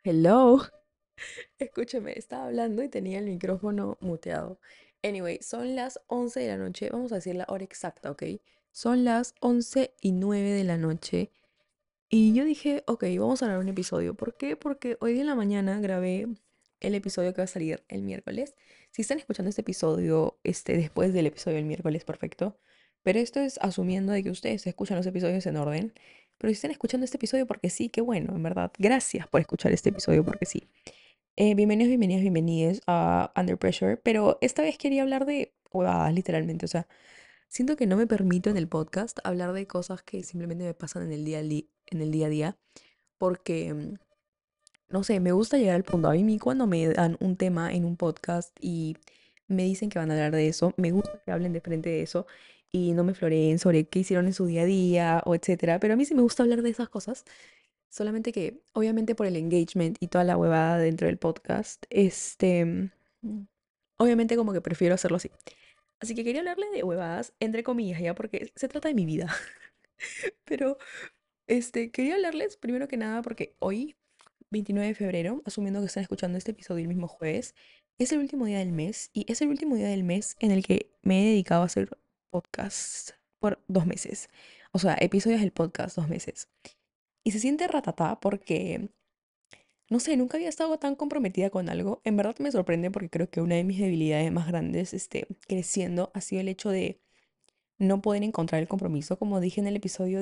Hello. Escúchame, estaba hablando y tenía el micrófono muteado. Anyway, son las 11 de la noche. Vamos a decir la hora exacta, ¿ok? Son las 11:09 de la noche. Y yo dije, ok, vamos a grabar un episodio. ¿Por qué? Porque hoy día en la mañana grabé el episodio que va a salir el miércoles. Si están escuchando este episodio, después del episodio del miércoles, perfecto. Pero esto es asumiendo de que ustedes escuchan los episodios en orden. Pero si están escuchando este episodio porque sí, qué bueno, en verdad. Gracias por escuchar este episodio porque sí. Bienvenidos, bienvenidas, bienvenidos a Under Pressure, pero esta vez quería hablar de huevadas, literalmente. O sea, siento que no me permito en el podcast hablar de cosas que simplemente me pasan en el en el día a día, porque, no sé, me gusta llegar al punto. A mí cuando me dan un tema en un podcast y me dicen que van a hablar de eso, me gusta que hablen de frente de eso y no me floreen sobre qué hicieron en su día a día o etcétera. Pero a mí sí me gusta hablar de esas cosas. Solamente que, obviamente por el engagement y toda la huevada dentro del podcast, obviamente como que prefiero hacerlo así. Así que quería hablarle de huevadas, entre comillas, ya, porque se trata de mi vida. Pero, quería hablarles primero que nada porque hoy, 29 de febrero, asumiendo que están escuchando este episodio el mismo jueves, es el último día del mes y es el último día del mes en el que me he dedicado a hacer podcast por 2 meses. O sea, episodios del podcast 2 meses. Y se siente ratatá porque no sé, nunca había estado tan comprometida con algo. En verdad me sorprende porque creo que una de mis debilidades más grandes, creciendo, ha sido el hecho de no poder encontrar el compromiso. Como dije en el episodio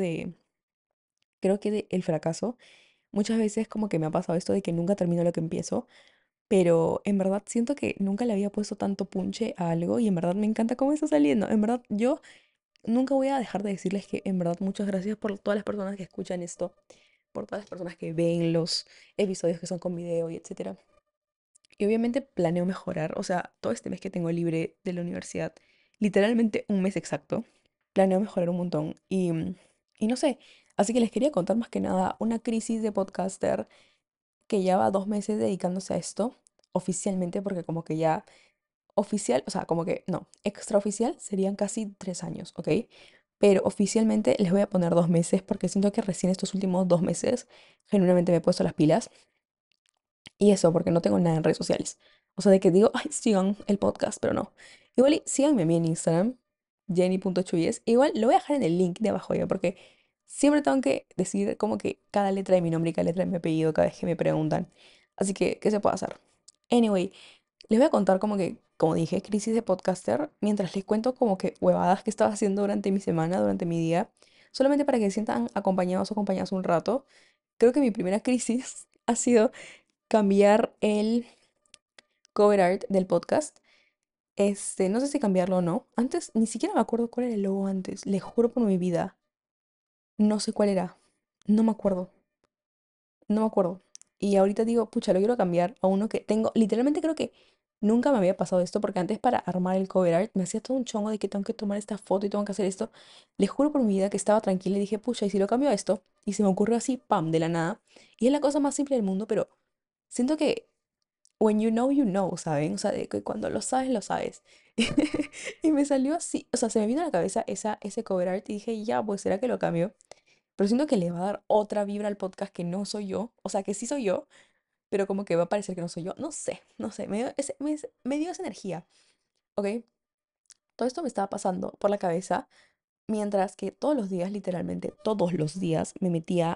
creo que de el fracaso, muchas veces como que me ha pasado esto de que nunca termino lo que empiezo, pero en verdad siento que nunca le había puesto tanto punche a algo y en verdad me encanta cómo está saliendo. En verdad yo nunca voy a dejar de decirles que en verdad muchas gracias por todas las personas que escuchan esto, por todas las personas que ven los episodios que son con video y etcétera. Y obviamente planeo mejorar, o sea, todo este mes que tengo libre de la universidad, literalmente un mes exacto, planeo mejorar un montón. Y no sé, así que les quería contar más que nada una crisis de podcaster que lleva 2 meses dedicándose a esto, oficialmente, porque como que ya oficial, o sea, como que no, extraoficial serían casi 3 años, ¿ok? Pero oficialmente les voy a poner 2 meses porque siento que recién estos últimos 2 meses genuinamente me he puesto las pilas. Y eso, porque no tengo nada en redes sociales. O sea, de que digo, ay, sigan el podcast, pero no. Igual y síganme a mí en Instagram, jenny.chuyes. Igual lo voy a dejar en el link de abajo ya, porque siempre tengo que decir como que cada letra de mi nombre y cada letra de mi apellido cada vez que me preguntan. Así que, ¿qué se puede hacer? Anyway, les voy a contar como que, como dije, crisis de podcaster, mientras les cuento como que huevadas que estaba haciendo durante mi semana, durante mi día, solamente para que se sientan acompañados o acompañadas un rato. Creo que mi primera crisis ha sido cambiar el cover art del podcast. No sé si cambiarlo o no. Antes, ni siquiera me acuerdo cuál era el logo antes. Les juro por mi vida. No sé cuál era. No me acuerdo. No me acuerdo. Y ahorita digo, pucha, lo quiero cambiar a uno que tengo. Literalmente creo que nunca me había pasado esto porque antes para armar el cover art me hacía todo un chongo de que tengo que tomar esta foto y tengo que hacer esto. Les juro por mi vida que estaba tranquila y dije, pucha, ¿y si lo cambio a esto? Y se me ocurrió así, pam, de la nada. Y es la cosa más simple del mundo, pero siento que you know, ¿saben? O sea, de que cuando lo sabes, lo sabes. Y me salió así, o sea, se me vino a la cabeza ese cover art y dije, ya, pues será que lo cambio. Pero siento que le va a dar otra vibra al podcast que no soy yo, o sea, que sí soy yo, pero como que va a parecer que no soy yo. No sé, no sé, me dio esa energía, ¿ok? Todo esto me estaba pasando por la cabeza mientras que todos los días, literalmente todos los días, me metía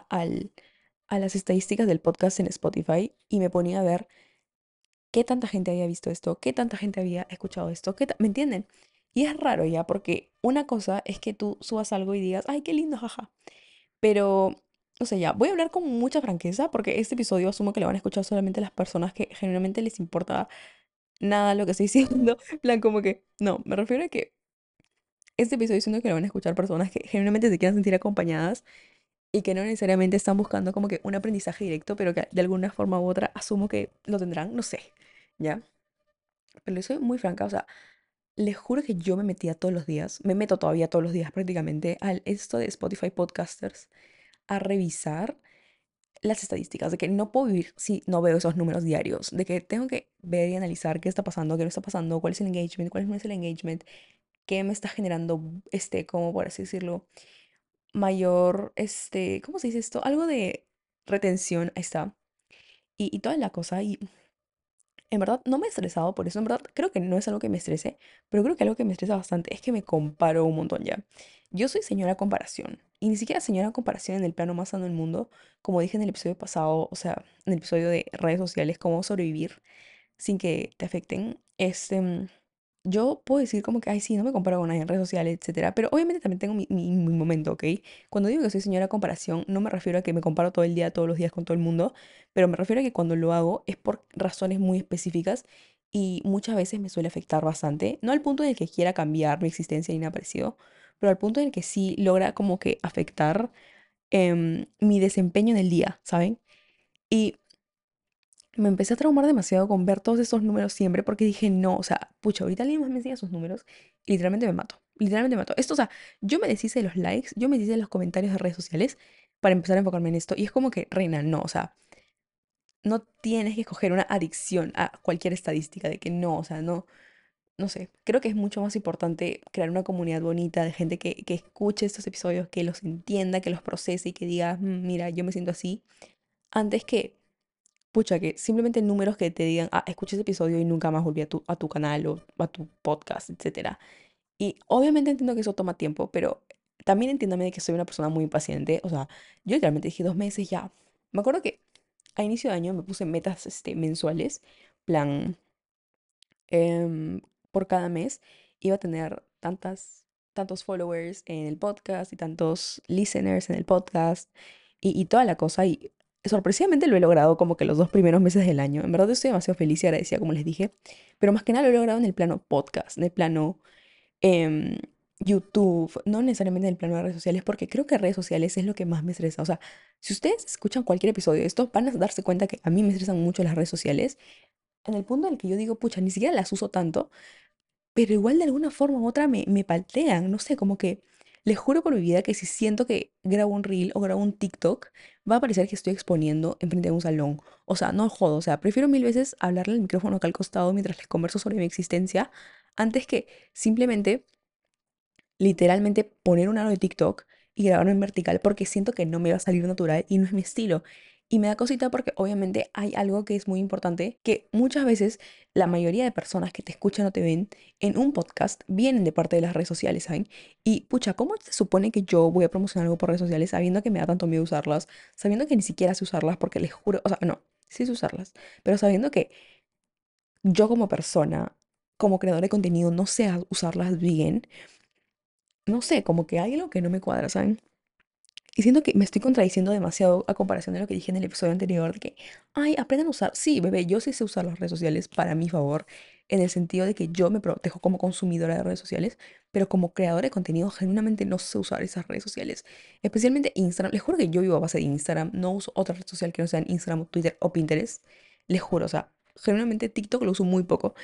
a las estadísticas del podcast en Spotify y me ponía a ver qué tanta gente había visto esto, qué tanta gente había escuchado esto, ¿me entienden? Y es raro ya, porque una cosa es que tú subas algo y digas, ay, qué lindo, jaja. Pero, o sea, ya, voy a hablar con mucha franqueza, porque este episodio asumo que lo van a escuchar solamente las personas que genuinamente les importa nada lo que estoy diciendo. En plan, como que, no, me refiero a que este episodio siento que lo van a escuchar personas que genuinamente se quieran sentir acompañadas y que no necesariamente están buscando como que un aprendizaje directo, pero que de alguna forma u otra asumo que lo tendrán, no sé, ¿ya? Pero les soy muy franca, o sea, les juro que yo me metía todos los días, me meto todavía todos los días prácticamente al esto de Spotify Podcasters a revisar las estadísticas, de que no puedo vivir si no veo esos números diarios, de que tengo que ver y analizar qué está pasando, qué no está pasando, cuál es el engagement, cuál no es el engagement, qué me está generando, como por así decirlo, mayor, ¿cómo se dice esto? Algo de retención, ahí está. y toda la cosa. Y en verdad no me he estresado por eso. En verdad creo que no es algo que me estrese, pero creo que algo que me estresa bastante es que me comparo un montón ya. Yo soy señora comparación. Y ni siquiera señora comparación en el plano más sano del mundo, como dije en el episodio pasado, o sea, en el episodio de redes sociales, cómo sobrevivir sin que te afecten. Yo puedo decir como que, ay, sí, no me comparo con nadie en redes sociales, etcétera, pero obviamente también tengo mi momento, ¿ok? Cuando digo que soy señora comparación, no me refiero a que me comparo todo el día, todos los días con todo el mundo, pero me refiero a que cuando lo hago es por razones muy específicas y muchas veces me suele afectar bastante, no al punto en el que quiera cambiar mi existencia ni nada parecido, pero al punto en el que sí logra como que afectar mi desempeño en el día, ¿saben? Y me empecé a traumar demasiado con ver todos esos números siempre porque dije, no, o sea, pucha, ahorita alguien más me enseña sus números y literalmente me mato. Literalmente me mato. Esto, o sea, yo me deshice de los likes, yo me deshice de los comentarios de redes sociales para empezar a enfocarme en esto. Y es como que, reina, no, o sea, no tienes que escoger una adicción a cualquier estadística de que no, o sea, no, no sé. Creo que es mucho más importante crear una comunidad bonita de gente que escuche estos episodios, que los entienda, que los procese y que diga, "Mm, mira, yo me siento así", antes que pucha, que simplemente números que te digan, ah, escuché ese episodio y nunca más volví a tu canal o a tu podcast, etcétera. Y obviamente entiendo que eso toma tiempo, pero también entiéndame de que soy una persona muy impaciente. O sea, yo literalmente dije 2 meses ya. Me acuerdo que a inicio de año me puse metas mensuales, plan, em, por cada mes iba a tener tantos followers en el podcast y tantos listeners en el podcast y toda la cosa. Y sorpresivamente lo he logrado como que los 2 primeros meses del año. En verdad estoy demasiado feliz y agradecida, como les dije. Pero más que nada lo he logrado en el plano podcast, en el plano em, YouTube, no necesariamente en el plano de redes sociales, porque creo que redes sociales es lo que más me estresa. O sea, si ustedes escuchan cualquier episodio de esto, van a darse cuenta que a mí me estresan mucho las redes sociales en el punto en el que yo digo, pucha, ni siquiera las uso tanto, pero igual de alguna forma u otra me paltean, no sé, como que les juro por mi vida que si siento que grabo un reel o grabo un TikTok, va a parecer que estoy exponiendo enfrente de un salón. O sea, no jodo, o sea, prefiero mil veces hablarle al micrófono acá al costado mientras les converso sobre mi existencia, antes que simplemente literalmente poner un aro de TikTok y grabarlo en vertical porque siento que no me va a salir natural y no es mi estilo. Y me da cosita porque obviamente hay algo que es muy importante, que muchas veces la mayoría de personas que te escuchan o te ven en un podcast vienen de parte de las redes sociales, ¿saben? Y pucha, ¿cómo se supone que yo voy a promocionar algo por redes sociales sabiendo que me da tanto miedo usarlas, sabiendo que ni siquiera sé usarlas porque les juro, o sea, no, sí sé usarlas, pero sabiendo que yo como persona, como creador de contenido, no sé usarlas bien, no sé, como que hay algo que no me cuadra, ¿saben? Y siento que me estoy contradiciendo demasiado a comparación de lo que dije en el episodio anterior, de que, ay, aprendan a usar. Sí, bebé, yo sí sé usar las redes sociales para mi favor, en el sentido de que yo me protejo como consumidora de redes sociales, pero como creadora de contenido, genuinamente no sé usar esas redes sociales. Especialmente Instagram. Les juro que yo vivo a base de Instagram, no uso otra red social que no sean Instagram, o Twitter o Pinterest. Les juro, o sea, genuinamente TikTok lo uso muy poco.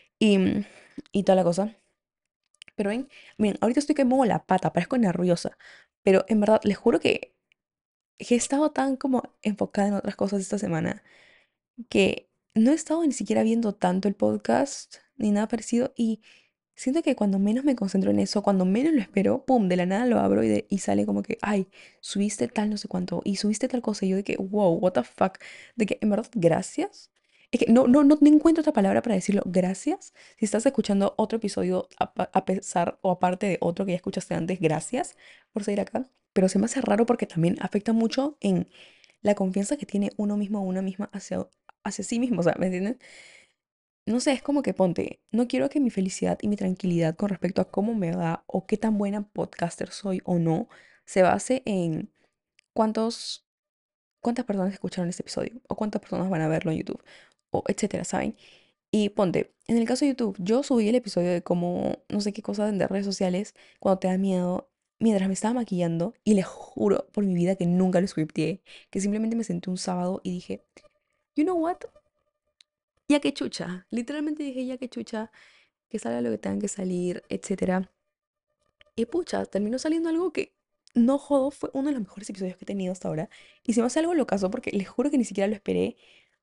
Y toda la cosa. Pero ven, miren, ahorita estoy que muevo la pata, parezco nerviosa. Pero en verdad, les juro que he estado tan como enfocada en otras cosas esta semana que no he estado ni siquiera viendo tanto el podcast ni nada parecido. Y siento que cuando menos me concentro en eso, cuando menos lo espero, pum, de la nada lo abro y sale como que, ay, subiste tal no sé cuánto y subiste tal cosa. Y yo de que, wow, what the fuck. De que, en verdad, gracias. Es que no encuentro otra palabra para decirlo. Gracias. Si estás escuchando otro episodio a pesar o aparte de otro que ya escuchaste antes, gracias por seguir acá. Pero se me hace raro porque también afecta mucho en la confianza que tiene uno mismo o una misma hacia sí mismo. O sea, ¿me entiendes? No sé, es como que ponte, no quiero que mi felicidad y mi tranquilidad con respecto a cómo me va o qué tan buena podcaster soy o no se base en cuántos, cuántas personas escucharon este episodio o cuántas personas van a verlo en YouTube o etcétera, ¿saben? Y ponte, en el caso de YouTube, yo subí el episodio de cómo, no sé qué cosas de redes sociales cuando te da miedo mientras me estaba maquillando y les juro por mi vida que nunca lo scripteé, que simplemente me senté un sábado y dije, you know what? Ya que chucha, literalmente dije ya que chucha, que salga lo que tenga que salir, etcétera. Y pucha, terminó saliendo algo que no jodo, fue uno de los mejores episodios que he tenido hasta ahora. Y se me hace algo locazo porque les juro que ni siquiera lo esperé,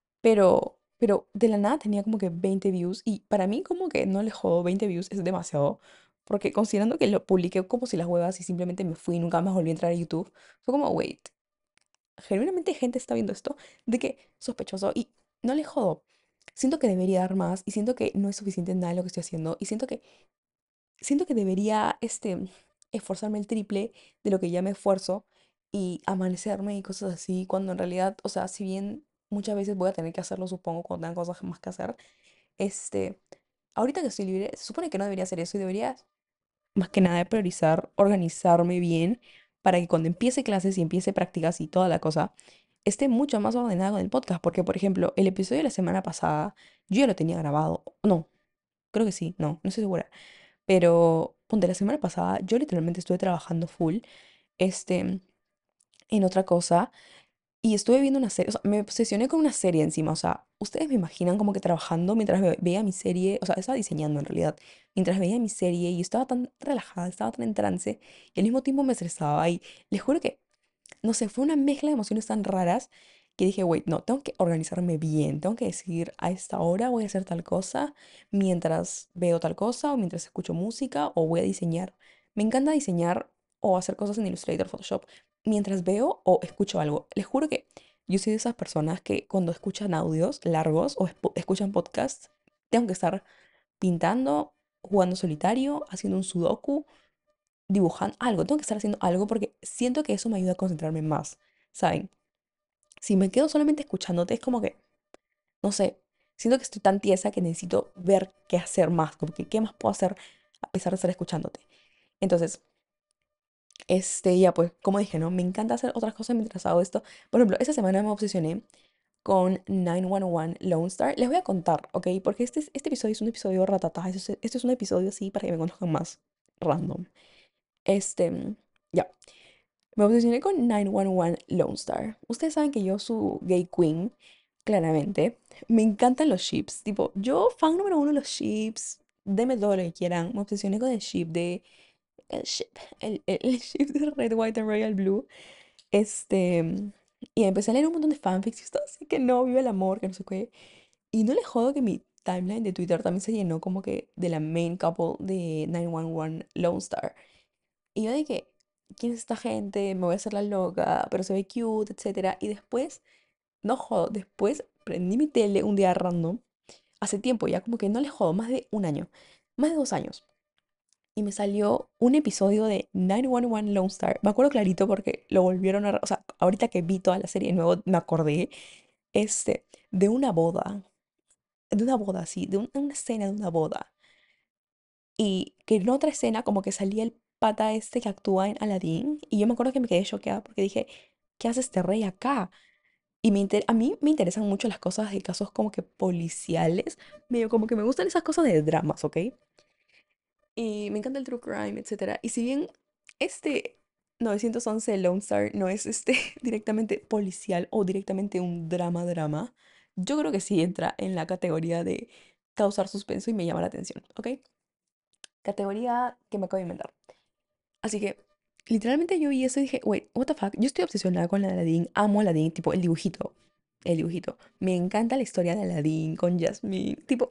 pero de la nada tenía como que 20 views y para mí como que no les jodo, 20 views es demasiado. Porque considerando que lo publiqué como si las huevas y simplemente me fui y nunca más volví a entrar a YouTube, fue como, wait. genuinamente gente está viendo esto, de que sospechoso y no le jodo. Siento que debería dar más y siento que no es suficiente nada de lo que estoy haciendo y siento que debería esforzarme el triple de lo que ya me esfuerzo y amanecerme y cosas así, cuando en realidad, o sea, si bien muchas veces voy a tener que hacerlo, supongo, cuando tenga cosas más que hacer, este, ahorita que estoy libre, se supone que no debería hacer eso y debería más que nada de priorizar, organizarme bien para que cuando empiece clases y empiece prácticas y toda la cosa, esté mucho más ordenada con el podcast. Porque, por ejemplo, el episodio de la semana pasada, yo ya lo tenía grabado. No, creo que sí, no estoy segura. Pero, ponte, la semana pasada yo literalmente estuve trabajando full, este, en otra cosa y estuve viendo una serie, o sea, me obsesioné con una serie encima, o sea, ustedes me imaginan como que trabajando mientras veía mi serie, o sea, estaba diseñando en realidad, mientras veía mi serie y yo estaba tan relajada, estaba tan en trance y al mismo tiempo me estresaba y les juro que, no sé, fue una mezcla de emociones tan raras que dije, wait, no, tengo que organizarme bien, tengo que decidir a esta hora voy a hacer tal cosa mientras veo tal cosa o mientras escucho música o voy a diseñar. Me encanta diseñar o hacer cosas en Illustrator, Photoshop, mientras veo o escucho algo. Les juro que yo soy de esas personas que cuando escuchan audios largos o escuchan podcasts, tengo que estar pintando, jugando solitario, haciendo un sudoku, dibujando algo. Tengo que estar haciendo algo porque siento que eso me ayuda a concentrarme más, ¿saben? Si me quedo solamente escuchándote, es como que, no sé, siento que estoy tan tiesa que necesito ver qué hacer más, como que qué más puedo hacer a pesar de estar escuchándote. Entonces, ya pues, como dije, ¿no? Me encanta hacer otras cosas mientras hago esto. Por ejemplo, esta semana me obsesioné con 911 Lone Star. Les voy a contar, ¿ok? Porque este episodio es un episodio ratata. Este es un episodio así para que me conozcan más. Random. Ya. Me obsesioné con 911 Lone Star. Ustedes saben que yo soy gay queen, claramente. Me encantan los ships. Tipo, yo fan número uno de los ships. Deme todo lo que quieran. Me obsesioné con el ship de... El ship. El ship de Red, White and Royal Blue. Este... Y empecé a leer un montón de fanfics y esto así que no, vive el amor, que no sé qué. Y no les jodo que mi timeline de Twitter también se llenó como que de la main couple de 911 Lone Star. Y yo dije, ¿quién es esta gente? Me voy a hacer la loca, pero se ve cute, etcétera. Y después, no jodo, después prendí mi tele un día random, hace tiempo ya, como que no les jodo, más de un año, más de 2 años. Y me salió un episodio de 911 Lone Star. Me acuerdo clarito porque lo volvieron a... O sea, ahorita que vi toda la serie de nuevo, me acordé, de una boda. De una boda, sí, de una escena de una boda. Y que en otra escena como que salía el pata este que actúa en Aladdin. Y yo me acuerdo que me quedé choqueada porque dije, ¿qué hace este rey acá? Y a mí me interesan mucho las cosas de casos como que policiales. Medio como que me gustan esas cosas de dramas, ¿ok? Y me encanta el true crime, etcétera. Y si bien este 911 Lone Star no es directamente policial o directamente un drama, yo creo que sí entra en la categoría de causar suspenso y me llama la atención, ¿ok? Categoría que me acabo de inventar. Así que, literalmente yo vi eso y dije, wait, what the fuck, yo estoy obsesionada con Aladdin, amo Aladdin, tipo, el dibujito, el dibujito. Me encanta la historia de Aladdin con Jasmine, tipo,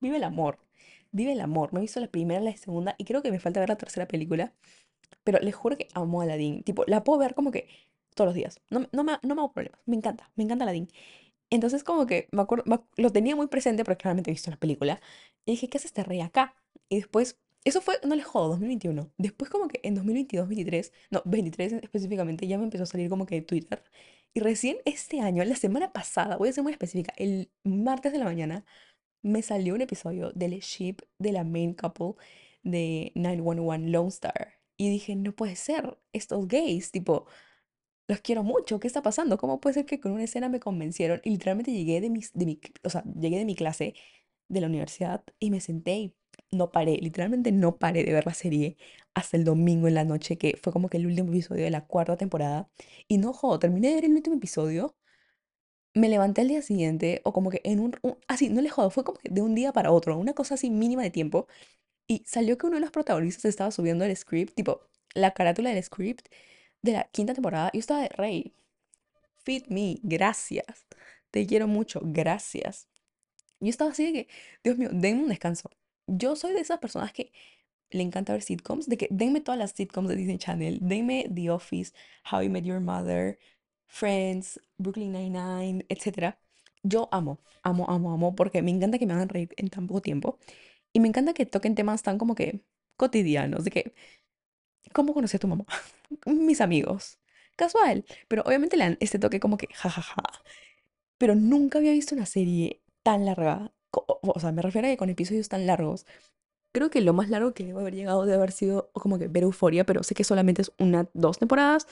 vive el amor. Me he visto la primera, la segunda y creo que me falta ver la tercera película, pero les juro que amo a Aladdin, tipo, la puedo ver como que todos los días, no me hago problemas, me encanta Aladdin. Entonces como que me acuerdo, lo tenía muy presente porque claramente he visto la película. Y dije, ¿qué hace este rey acá? Y después, eso fue, no les jodo, 2021. Después como que en 2022, 23, no, 23 específicamente, ya me empezó a salir como que de Twitter. Y recién este año, la semana pasada, voy a ser muy específica, el martes de la mañana, me salió un episodio del ship de la main couple de 911 Lone Star. Y dije, no puede ser, estos gays, tipo los quiero mucho, ¿qué está pasando? ¿Cómo puede ser que con una escena me convencieron? Y literalmente llegué o sea, llegué de mi clase de la universidad y me senté y no paré, literalmente no paré de ver la serie hasta el domingo en la noche, que fue como que el último episodio de la cuarta temporada. Y no jodo, terminé de ver el último episodio, me levanté al día siguiente, o como que así, no le jodo, fue como que de un día para otro, una cosa así mínima de tiempo, y salió que uno de los protagonistas estaba subiendo el script, tipo, la carátula del script de la quinta temporada, y yo estaba de rey. Feed me, gracias. Te quiero mucho, gracias. Yo estaba así de que, Dios mío, denme un descanso. Yo soy de esas personas que le encanta ver sitcoms, de que denme todas las sitcoms de Disney Channel, denme The Office, How I Met Your Mother, Friends, Brooklyn Nine-Nine, etcétera. Yo amo, amo, amo, amo, porque me encanta que me hagan reír en tan poco tiempo. Y me encanta que toquen temas tan como que cotidianos, de que, ¿cómo conocí a tu mamá? Mis amigos. Casual, pero obviamente le dan este toque como que jajaja. Pero nunca había visto una serie tan larga. O sea, me refiero a que con episodios tan largos. Creo que lo más largo que debo haber llegado debe haber sido como que ver Euforia, pero sé que solamente es una, dos temporadas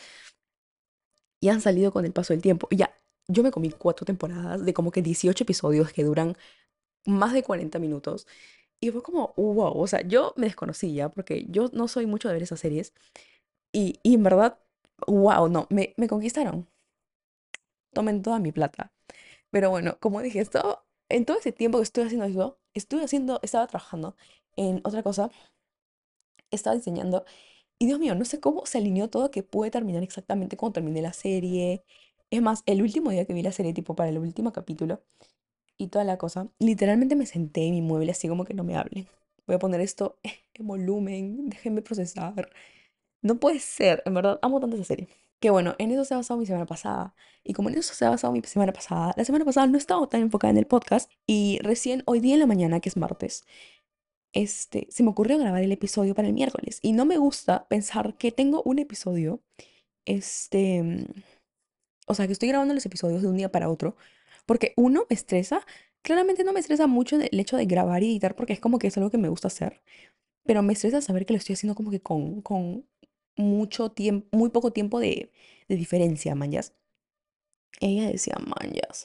y han salido con el paso del tiempo. Y ya, yo me comí cuatro temporadas de como que 18 episodios que duran más de 40 minutos. Y fue como, wow, o sea, yo me desconocí ya, porque yo no soy mucho de ver esas series. Y en verdad, wow, no, me conquistaron. Tomen toda mi plata. Pero bueno, como dije, esto, en todo ese tiempo que estuve haciendo eso, estaba trabajando en otra cosa, estaba diseñando. Y Dios mío, no sé cómo se alineó todo que pude terminar exactamente cuando terminé la serie. Es más, el último día que vi la serie, tipo para el último capítulo y toda la cosa, literalmente me senté en mi mueble así como que no me hablen. Voy a poner esto en volumen, déjenme procesar. No puede ser, en verdad, amo tanto esa serie. Que bueno, en eso se ha basado mi semana pasada. Y como en eso se ha basado mi semana pasada, la semana pasada no estaba tan enfocada en el podcast y recién hoy día en la mañana, que es martes, se me ocurrió grabar el episodio para el miércoles. Y no me gusta pensar que tengo un episodio, este, mm, o sea, que estoy grabando los episodios de un día para otro, porque uno me estresa. Claramente no me estresa mucho el hecho de grabar y editar porque es como que es algo que me gusta hacer, pero me estresa saber que lo estoy haciendo como que con mucho tiempo, muy poco tiempo de diferencia, manjas. Ella decía manjas.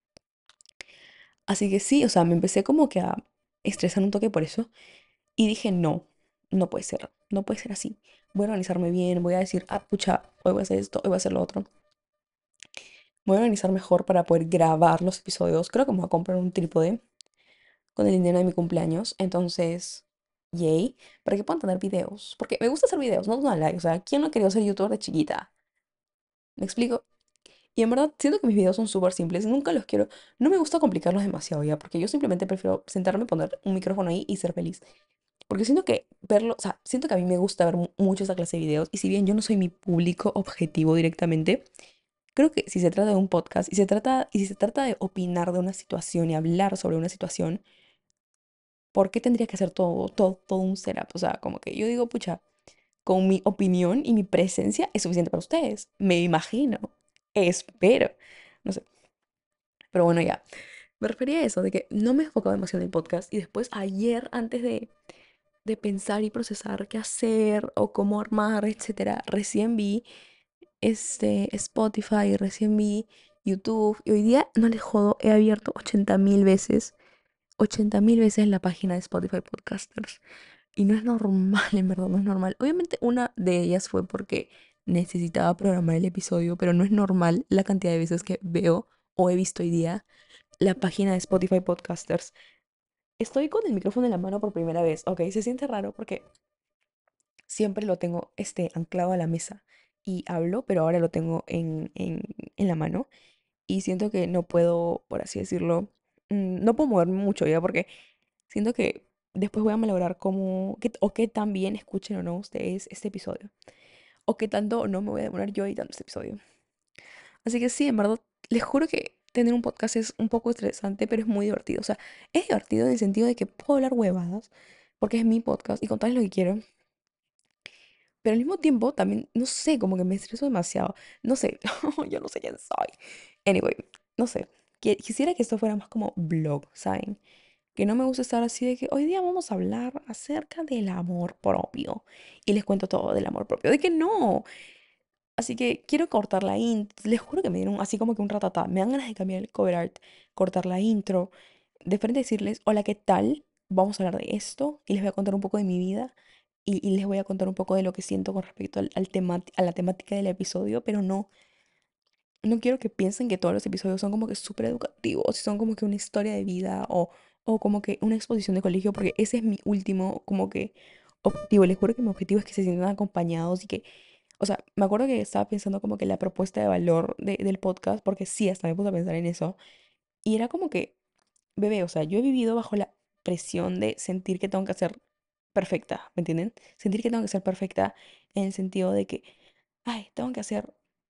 Así que sí, o sea, me empecé como que a estresar un toque por eso. Y dije, no, no puede ser así. Voy a organizarme bien, voy a decir, ah, pucha, hoy voy a hacer esto, hoy voy a hacer lo otro. Voy a organizar mejor para poder grabar los episodios. Creo que me voy a comprar un trípode con el dinero de mi cumpleaños. Entonces, yay, para que puedan tener videos. Porque me gusta hacer videos, no una like. O sea, ¿quién no quería ser youtuber de chiquita? ¿Me explico? Y en verdad, siento que mis videos son súper simples. Nunca los quiero. No me gusta complicarlos demasiado ya, porque yo simplemente prefiero sentarme, poner un micrófono ahí y ser feliz. Porque siento que verlo, o sea, siento que a mí me gusta ver mucho esa clase de videos. Y si bien yo no soy mi público objetivo directamente, creo que si se trata de un podcast y si se trata de opinar de una situación y hablar sobre una situación, ¿por qué tendría que hacer todo un setup? O sea, como que yo digo, pucha, con mi opinión y mi presencia es suficiente para ustedes. Me imagino. Espero. No sé. Pero bueno, ya. Me refería a eso, de que no me he enfocado demasiado en el podcast. Y después, ayer, antes de pensar y procesar qué hacer o cómo armar, etcétera, recién vi Spotify, recién vi YouTube. Y hoy día, no les jodo, he abierto 80.000 veces la página de Spotify Podcasters. Y no es normal, en verdad, no es normal. Obviamente una de ellas fue porque necesitaba programar el episodio, pero no es normal la cantidad de veces que veo o he visto hoy día la página de Spotify Podcasters. Estoy con el micrófono en la mano por primera vez, ok, se siente raro porque siempre lo tengo anclado a la mesa y hablo, pero ahora lo tengo en la mano y siento que no puedo, por así decirlo, no puedo moverme mucho ya porque siento que después voy a malograr o qué tan bien escuchen o no ustedes este episodio. O qué tanto no me voy a demorar yo editando este episodio. Así que sí, en verdad, les juro que tener un podcast es un poco estresante, pero es muy divertido. O sea, es divertido en el sentido de que puedo hablar huevadas, porque es mi podcast y contarles lo que quiero. Pero al mismo tiempo también, no sé, como que me estreso demasiado. No sé, yo no sé quién soy. Anyway, no sé. Quisiera que esto fuera más como blog, ¿saben? Que no me gusta estar así de que hoy día vamos a hablar acerca del amor propio. Y les cuento todo del amor propio. De que no. Así que quiero cortar la intro. Les juro que me dieron así como que un ratatá. Me dan ganas de cambiar el cover art, cortar la intro. De frente decirles, hola, ¿qué tal? Vamos a hablar de esto. Y les voy a contar un poco de mi vida. Y les voy a contar un poco de lo que siento con respecto al a la temática del episodio. Pero no quiero que piensen que todos los episodios son como que súper educativos y son como que una historia de vida o como que una exposición de colegio, porque ese es mi último como que objetivo. Les juro que mi objetivo es que se sientan acompañados y que, o sea, me acuerdo que estaba pensando como que la propuesta de valor del podcast, porque sí, hasta me puse a pensar en eso, y era como que, bebé, o sea, yo he vivido bajo la presión de sentir que tengo que ser perfecta, ¿me entienden? Sentir que tengo que ser perfecta en el sentido de que, ay, tengo que hacer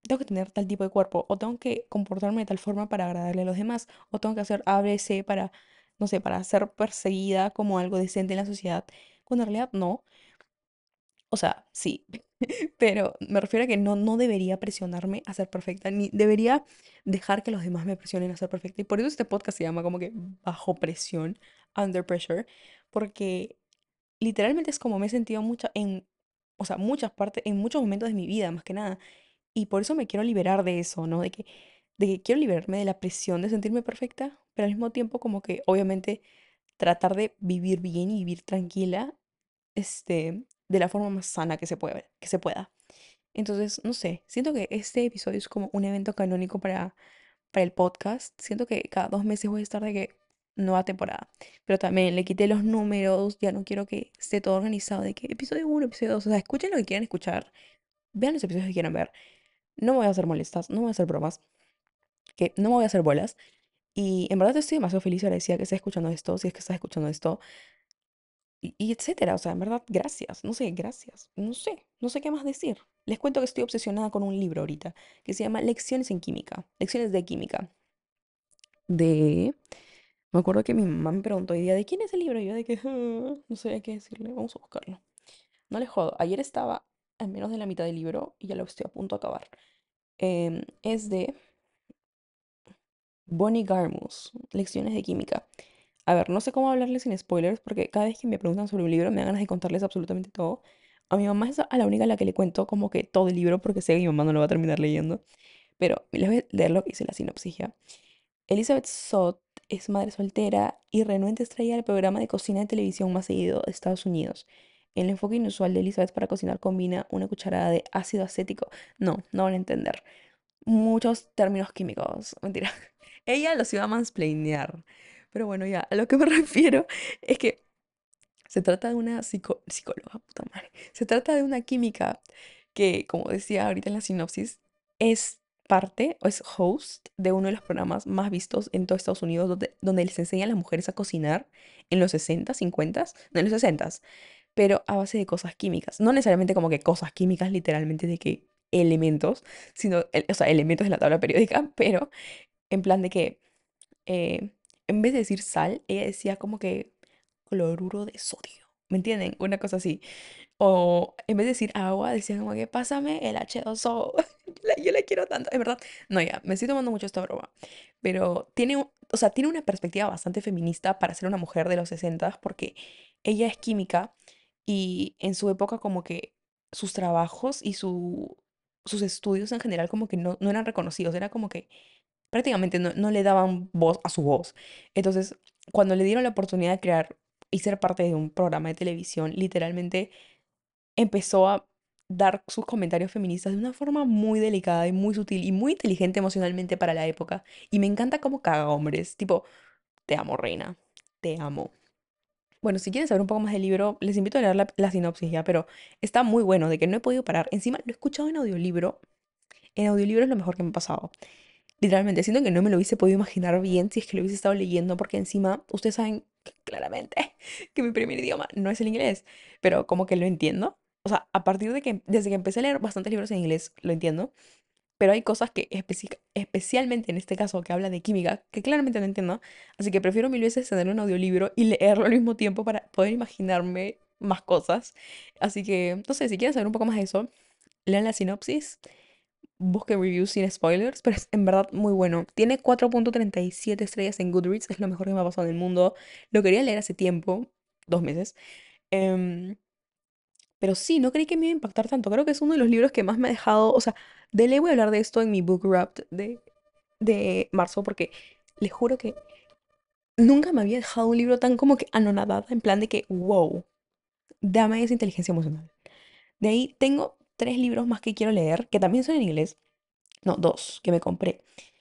tengo que tener tal tipo de cuerpo, o tengo que comportarme de tal forma para agradarle a los demás, o tengo que hacer A, B, C para, no sé, para ser perseguida como algo decente en la sociedad, cuando en realidad no. O sea, sí, pero me refiero a que no debería presionarme a ser perfecta, ni debería dejar que los demás me presionen a ser perfecta. Y por eso este podcast se llama como que Bajo Presión, Under Pressure, porque literalmente es como me he sentido o sea, muchas partes, en muchos momentos de mi vida, más que nada. Y por eso me quiero liberar de eso, ¿no? De que quiero liberarme de la presión de sentirme perfecta, pero al mismo tiempo como que obviamente tratar de vivir bien y vivir tranquila, de la forma más sana que se pueda. Entonces, no sé, siento que este episodio es como un evento canónico para el podcast. Siento que cada 2 meses voy a estar de que nueva temporada. Pero también le quité los números, ya no quiero que esté todo organizado de que episodio 1, episodio 2. O sea, escuchen lo que quieran escuchar, vean los episodios que quieran ver. No me voy a hacer molestas, no me voy a hacer bromas, que no me voy a hacer bolas. Y en verdad estoy demasiado feliz y agradecida que estés escuchando esto, si es que estás escuchando esto, y etcétera. O sea, en verdad, gracias. No sé, gracias. No sé qué más decir. Les cuento que estoy obsesionada con un libro ahorita que se llama Lecciones en Química, Lecciones de Química, de... Me acuerdo que mi mamá me preguntó hoy día, ¿de quién es el libro? Y yo de que no sabía qué decirle, vamos a buscarlo. No les jodo, ayer estaba en menos de la mitad del libro y ya lo estoy a punto de acabar. Es de Bonnie Garmus, Lecciones de Química. A ver, no sé cómo hablarles sin spoilers porque cada vez que me preguntan sobre un libro me dan ganas de contarles absolutamente todo. A mi mamá es a la única a la que le cuento como que todo el libro porque sé que mi mamá no lo va a terminar leyendo. Pero les voy a leer lo que dice la sinopsis ya. Elizabeth Sott es madre soltera y renuente estrella del programa de cocina de televisión más seguido de Estados Unidos. El enfoque inusual de Elizabeth para cocinar combina una cucharada de ácido acético. No van a entender. Muchos términos químicos. Mentira. Ella los iba a mansplainear. Pero bueno, ya, a lo que me refiero es que se trata de una psicóloga, puta madre. Se trata de una química que, como decía ahorita en la sinopsis, es parte o es host de uno de los programas más vistos en todo Estados Unidos, donde les enseñan a las mujeres a cocinar en los 60, 50, no, en los 60, pero a base de cosas químicas. No necesariamente como que cosas químicas, literalmente de que elementos, sino, o sea, elementos de la tabla periódica, pero en plan de que eh, en vez de decir sal, ella decía como que cloruro de sodio. ¿Me entienden? Una cosa así. O en vez de decir agua, decía como que pásame el H2O. Yo la quiero tanto, es verdad. No, ya, me estoy tomando mucho esta broma. Pero o sea, tiene una perspectiva bastante feminista para ser una mujer de los 60 porque ella es química y en su época como que sus trabajos y sus estudios en general como que no eran reconocidos. Era como que prácticamente no le daban voz a su voz. Entonces, cuando le dieron la oportunidad de crear y ser parte de un programa de televisión, literalmente empezó a dar sus comentarios feministas de una forma muy delicada y muy sutil y muy inteligente emocionalmente para la época. Y me encanta cómo caga hombres, tipo, te amo, reina, te amo. Bueno, si quieren saber un poco más del libro, les invito a leer la sinopsis ya, pero está muy bueno, de que no he podido parar. Encima, lo he escuchado en audiolibro. En audiolibro es lo mejor que me ha pasado. Literalmente, siento que no me lo hubiese podido imaginar bien si es que lo hubiese estado leyendo, porque encima, ustedes saben claramente que mi primer idioma no es el inglés, pero como que lo entiendo. O sea, a partir de que, desde que empecé a leer bastantes libros en inglés, lo entiendo, pero hay cosas que, especialmente en este caso que habla de química, que claramente no entiendo, así que prefiero mil veces tener un audiolibro y leerlo al mismo tiempo para poder imaginarme más cosas. Así que, no sé, si quieren saber un poco más de eso, lean la sinopsis, busquen reviews sin spoilers, pero es en verdad muy bueno. Tiene 4.37 estrellas en Goodreads, es lo mejor que me ha pasado en el mundo. Lo quería leer hace tiempo, 2 meses. em, pero sí, no creí que me iba a impactar tanto. Creo que es uno de los libros que más me ha dejado. O sea, de ley voy a hablar de esto en mi book wrap de marzo, porque les juro que nunca me había dejado un libro tan como que anonadada, en plan de que, wow, dame esa inteligencia emocional. De ahí tengo 3 libros más que quiero leer, que también son en inglés. No, dos, que me compré.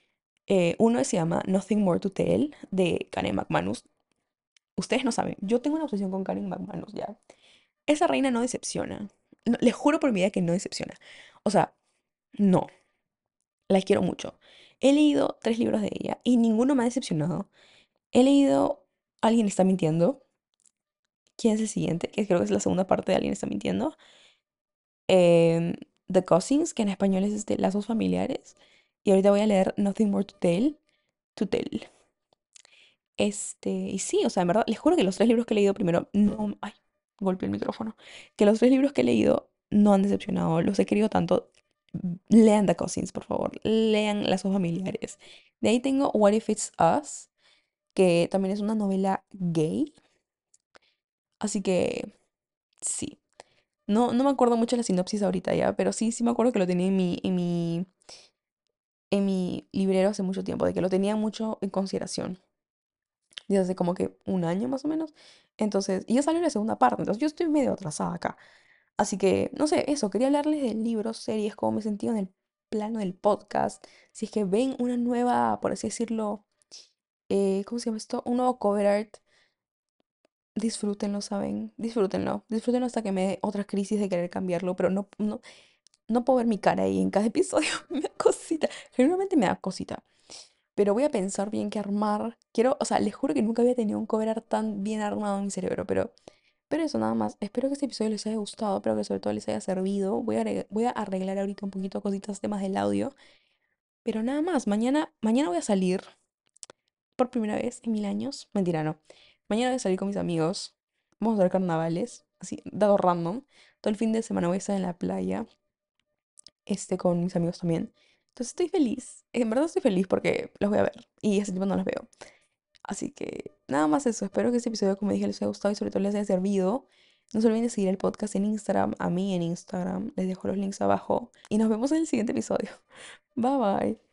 Uno se llama Nothing More to Tell de Karen McManus. Ustedes no saben, yo tengo una obsesión con Karen McManus ya. Esa reina no decepciona. Les juro por mi vida que no decepciona. O sea, no, la quiero mucho. He leído 3 libros de ella y ninguno me ha decepcionado. He leído Alguien está mintiendo. ¿Quién es el siguiente? Que creo que es la segunda parte de Alguien está mintiendo. The Cousins, que en español es Lazos Familiares. Y ahorita voy a leer Nothing More to Tell. To Tell. Y sí, o sea, en verdad, les juro que los tres libros que he leído primero no. Ay, golpeé el micrófono. Que los tres libros que he leído no han decepcionado. Los he querido tanto. Lean The Cousins, por favor. Lean Lazos Familiares. De ahí tengo What If It's Us, que también es una novela gay. Así que sí. No me acuerdo mucho la sinopsis ahorita ya, pero sí, sí me acuerdo que lo tenía en mi librero hace mucho tiempo, de que lo tenía mucho en consideración, desde hace como que un año más o menos. Entonces, y ya salió la segunda parte, entonces yo estoy medio atrasada acá. Así que, no sé, eso, quería hablarles de libros, series, cómo me he sentido en el plano del podcast. Si es que ven una nueva, por así decirlo, ¿cómo se llama esto? Un nuevo cover art, disfrútenlo, ¿saben? Disfrútenlo. Disfrútenlo hasta que me dé otra crisis de querer cambiarlo, pero no puedo ver mi cara ahí en cada episodio. Me da cosita. Generalmente me da cosita. Pero voy a pensar bien qué armar. Quiero, o sea, les juro que nunca había tenido un cover art tan bien armado en mi cerebro, pero eso nada más. Espero que este episodio les haya gustado, espero que sobre todo les haya servido. Voy a arreglar ahorita un poquito cositas, temas del audio. Pero nada más, mañana voy a salir por primera vez en 1000 años. Mentira, no. Mañana voy a salir con mis amigos. Vamos a ver carnavales, así, dado random. Todo el fin de semana voy a estar en la playa, con mis amigos también. Entonces estoy feliz. En verdad estoy feliz porque los voy a ver. Y hace tiempo no los veo. Así que nada más eso. Espero que este episodio, como dije, les haya gustado y sobre todo les haya servido. No se olviden de seguir el podcast en Instagram, a mí en Instagram. Les dejo los links abajo. Y nos vemos en el siguiente episodio. Bye bye.